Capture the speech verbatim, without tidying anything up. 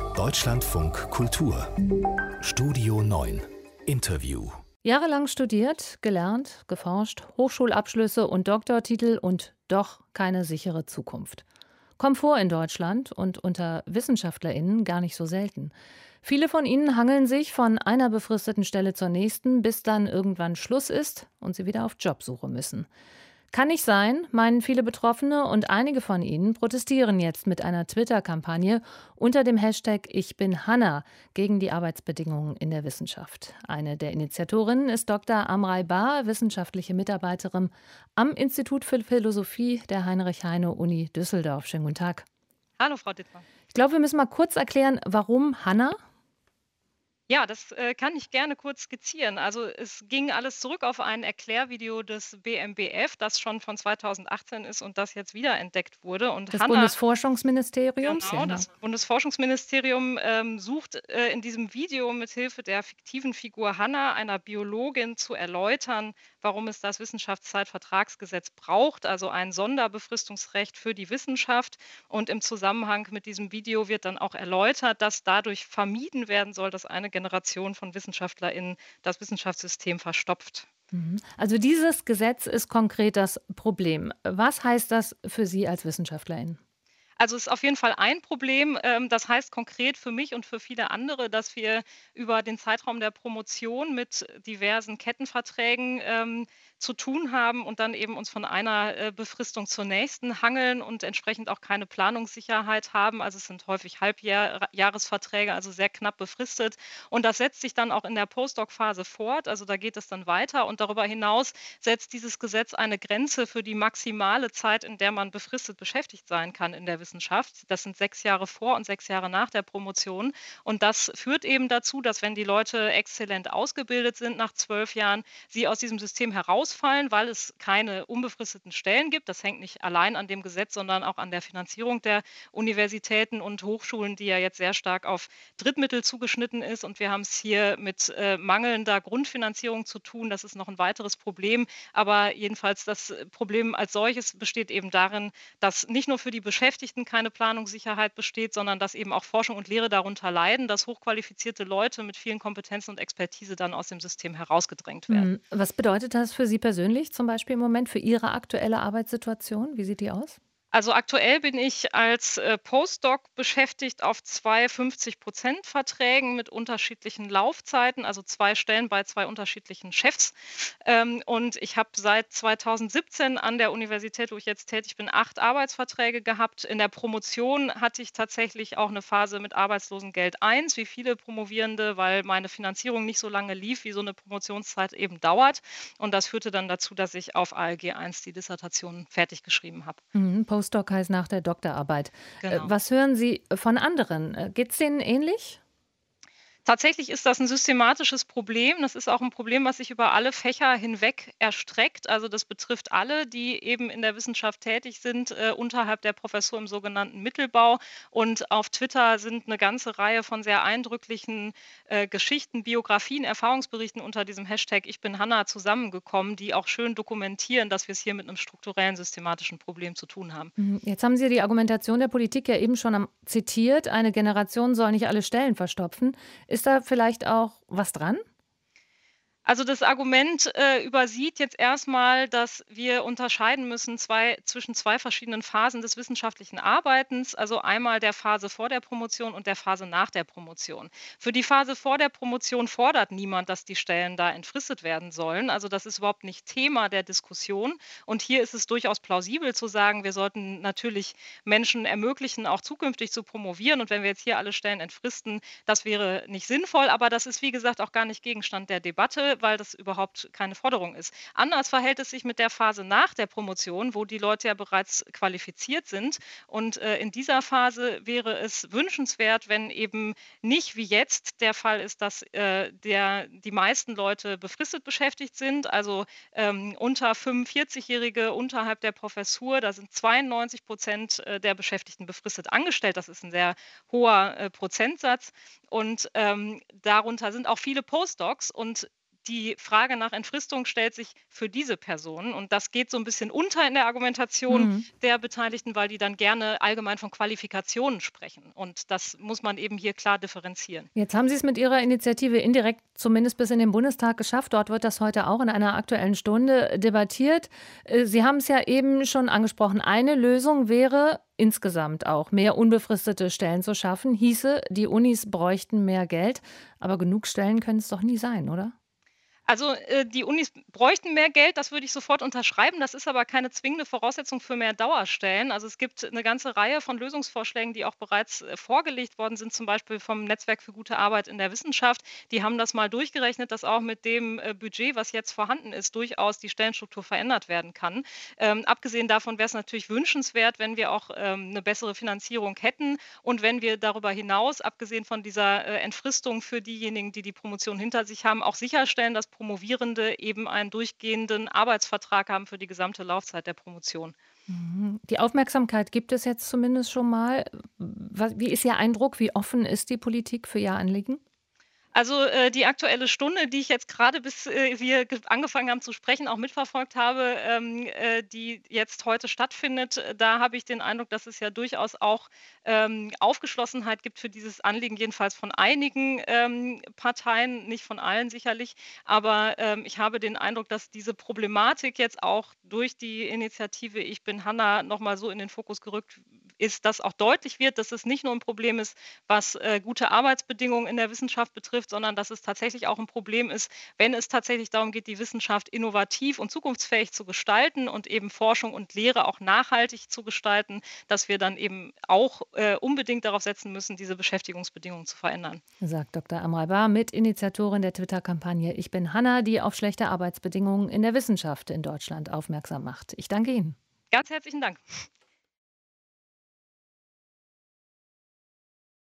Deutschlandfunk Kultur Studio neun Interview. Jahrelang studiert, gelernt, geforscht, Hochschulabschlüsse und Doktortitel und doch keine sichere Zukunft. Komfort in Deutschland und unter WissenschaftlerInnen gar nicht so selten. Viele von ihnen hangeln sich von einer befristeten Stelle zur nächsten, bis dann irgendwann Schluss ist und sie wieder auf Jobsuche müssen. Kann nicht sein, meinen viele Betroffene, und einige von ihnen protestieren jetzt mit einer Twitter-Kampagne unter dem Hashtag Ich bin Hanna gegen die Arbeitsbedingungen in der Wissenschaft. Eine der Initiatorinnen ist Doktor Amrei Bar, wissenschaftliche Mitarbeiterin am Institut für Philosophie der Heinrich-Heine-Uni Düsseldorf. Schönen guten Tag. Hallo, Frau Dittmar. Ich glaube, wir müssen mal kurz erklären, warum Hanna? Ja, das äh, kann ich gerne kurz skizzieren. Also es ging alles zurück auf ein Erklärvideo des B M B F, das schon von zweitausendachtzehn ist und das jetzt wiederentdeckt wurde. Und Das Hanna, Bundesforschungsministeriums? genau, Ja. das Bundesforschungsministerium ähm, sucht äh, in diesem Video mithilfe der fiktiven Figur Hanna, einer Biologin, zu erläutern, warum es das Wissenschaftszeitvertragsgesetz braucht, also ein Sonderbefristungsrecht für die Wissenschaft. Und im Zusammenhang mit diesem Video wird dann auch erläutert, dass dadurch vermieden werden soll, dass eine Generation von WissenschaftlerInnen das Wissenschaftssystem verstopft. Mhm. Also dieses Gesetz ist konkret das Problem. Was heißt das für Sie als Wissenschaftlerin? Also es ist auf jeden Fall ein Problem. Ähm, Das heißt konkret für mich und für viele andere, dass wir über den Zeitraum der Promotion mit diversen Kettenverträgen ähm, zu tun haben und dann eben uns von einer äh, Befristung zur nächsten hangeln und entsprechend auch keine Planungssicherheit haben. Also es sind häufig Halbjahresverträge, also sehr knapp befristet. Und das setzt sich dann auch in der Postdoc-Phase fort. Also da geht es dann weiter. Und darüber hinaus setzt dieses Gesetz eine Grenze für die maximale Zeit, in der man befristet beschäftigt sein kann in der Wissenschaft. Das sind sechs Jahre vor und sechs Jahre nach der Promotion. Und das führt eben dazu, dass, wenn die Leute exzellent ausgebildet sind nach zwölf Jahren, sie aus diesem System herausfallen, weil es keine unbefristeten Stellen gibt. Das hängt nicht allein an dem Gesetz, sondern auch an der Finanzierung der Universitäten und Hochschulen, die ja jetzt sehr stark auf Drittmittel zugeschnitten ist. Und wir haben es hier mit äh, mangelnder Grundfinanzierung zu tun. Das ist noch ein weiteres Problem. Aber jedenfalls das Problem als solches besteht eben darin, dass nicht nur für die Beschäftigten keine Planungssicherheit besteht, sondern dass eben auch Forschung und Lehre darunter leiden, dass hochqualifizierte Leute mit vielen Kompetenzen und Expertise dann aus dem System herausgedrängt werden. Mhm. Was bedeutet das für Sie persönlich zum Beispiel im Moment, für Ihre aktuelle Arbeitssituation? Wie sieht die aus? Also aktuell bin ich als äh, Postdoc beschäftigt auf zwei fünfzig-Prozent-Verträgen mit unterschiedlichen Laufzeiten, also zwei Stellen bei zwei unterschiedlichen Chefs. Ähm, und ich habe seit zweitausendsiebzehn an der Universität, wo ich jetzt tätig bin, acht Arbeitsverträge gehabt. In der Promotion hatte ich tatsächlich auch eine Phase mit Arbeitslosengeld eins, wie viele Promovierende, weil meine Finanzierung nicht so lange lief, wie so eine Promotionszeit eben dauert. Und das führte dann dazu, dass ich auf A L G eins die Dissertation fertig geschrieben habe. Mhm. Postdoc heißt nach der Doktorarbeit. Äh, Genau. Was hören Sie von anderen? Geht es denen ähnlich? Tatsächlich ist das ein systematisches Problem. Das ist auch ein Problem, was sich über alle Fächer hinweg erstreckt. Also, das betrifft alle, die eben in der Wissenschaft tätig sind, äh, unterhalb der Professur im sogenannten Mittelbau. Und auf Twitter sind eine ganze Reihe von sehr eindrücklichen äh, Geschichten, Biografien, Erfahrungsberichten unter diesem Hashtag Ich bin Hanna zusammengekommen, die auch schön dokumentieren, dass wir es hier mit einem strukturellen, systematischen Problem zu tun haben. Mhm. Jetzt haben Sie die Argumentation der Politik ja eben schon am- zitiert. Eine Generation soll nicht alle Stellen verstopfen. Ist da vielleicht auch was dran? Also das Argument äh, übersieht jetzt erstmal, dass wir unterscheiden müssen zwei, zwischen zwei verschiedenen Phasen des wissenschaftlichen Arbeitens, also einmal der Phase vor der Promotion und der Phase nach der Promotion. Für die Phase vor der Promotion fordert niemand, dass die Stellen da entfristet werden sollen. Also das ist überhaupt nicht Thema der Diskussion. Und hier ist es durchaus plausibel zu sagen, wir sollten natürlich Menschen ermöglichen, auch zukünftig zu promovieren. Und wenn wir jetzt hier alle Stellen entfristen, das wäre nicht sinnvoll. Aber das ist, wie gesagt, auch gar nicht Gegenstand der Debatte, weil das überhaupt keine Forderung ist. Anders verhält es sich mit der Phase nach der Promotion, wo die Leute ja bereits qualifiziert sind. Und äh, in dieser Phase wäre es wünschenswert, wenn eben nicht wie jetzt der Fall ist, dass äh, der, die meisten Leute befristet beschäftigt sind, also ähm, unter fünfundvierzig-Jährige unterhalb der Professur, da sind zweiundneunzig Prozent äh, der Beschäftigten befristet angestellt. Das ist ein sehr hoher äh, Prozentsatz. Und ähm, darunter sind auch viele Postdocs. Und die Frage nach Entfristung stellt sich für diese Personen. Und das geht so ein bisschen unter in der Argumentation Mhm. der Beteiligten, weil die dann gerne allgemein von Qualifikationen sprechen. Und das muss man eben hier klar differenzieren. Jetzt haben Sie es mit Ihrer Initiative indirekt zumindest bis in den Bundestag geschafft. Dort wird das heute auch in einer Aktuellen Stunde debattiert. Äh, Sie haben es ja eben schon angesprochen. Eine Lösung wäre insgesamt auch, mehr unbefristete Stellen zu schaffen. Hieße, die Unis bräuchten mehr Geld. Aber genug Stellen können es doch nie sein, oder? Also, äh, die Unis bräuchten mehr Geld, das würde ich sofort unterschreiben. Das ist aber keine zwingende Voraussetzung für mehr Dauerstellen. Also, es gibt eine ganze Reihe von Lösungsvorschlägen, die auch bereits, äh, vorgelegt worden sind, zum Beispiel vom Netzwerk für gute Arbeit in der Wissenschaft. Die haben das mal durchgerechnet, dass auch mit dem, äh, Budget, was jetzt vorhanden ist, durchaus die Stellenstruktur verändert werden kann. Ähm, abgesehen davon wäre es natürlich wünschenswert, wenn wir auch, ähm, 'ne bessere Finanzierung hätten und wenn wir darüber hinaus, abgesehen von dieser, äh, Entfristung für diejenigen, die die Promotion hinter sich haben, auch sicherstellen, dass Promovierende eben einen durchgehenden Arbeitsvertrag haben für die gesamte Laufzeit der Promotion. Mhm. Die Aufmerksamkeit gibt es jetzt zumindest schon mal. Was, wie ist Ihr Eindruck? Wie offen ist die Politik für Ihr Anliegen? Also, äh, die Aktuelle Stunde, die ich jetzt gerade, bis, äh, wir ge angefangen haben zu sprechen, auch mitverfolgt habe, ähm, äh, die jetzt heute stattfindet, äh, da habe ich den Eindruck, dass es ja durchaus auch, ähm, Aufgeschlossenheit gibt für dieses Anliegen, jedenfalls von einigen, ähm, Parteien, nicht von allen sicherlich. Aber, ähm, ich habe den Eindruck, dass diese Problematik jetzt auch durch die Initiative „Ich bin Hanna" noch mal so in den Fokus gerückt ist, dass auch deutlich wird, dass es nicht nur ein Problem ist, was, äh, gute Arbeitsbedingungen in der Wissenschaft betrifft, sondern dass es tatsächlich auch ein Problem ist, wenn es tatsächlich darum geht, die Wissenschaft innovativ und zukunftsfähig zu gestalten und eben Forschung und Lehre auch nachhaltig zu gestalten, dass wir dann eben auch, äh, unbedingt darauf setzen müssen, diese Beschäftigungsbedingungen zu verändern. Sagt Doktor Amrei Bar, Mitinitiatorin der Twitter-Kampagne Ich bin Hanna, die auf schlechte Arbeitsbedingungen in der Wissenschaft in Deutschland aufmerksam macht. Ich danke Ihnen. Ganz herzlichen Dank.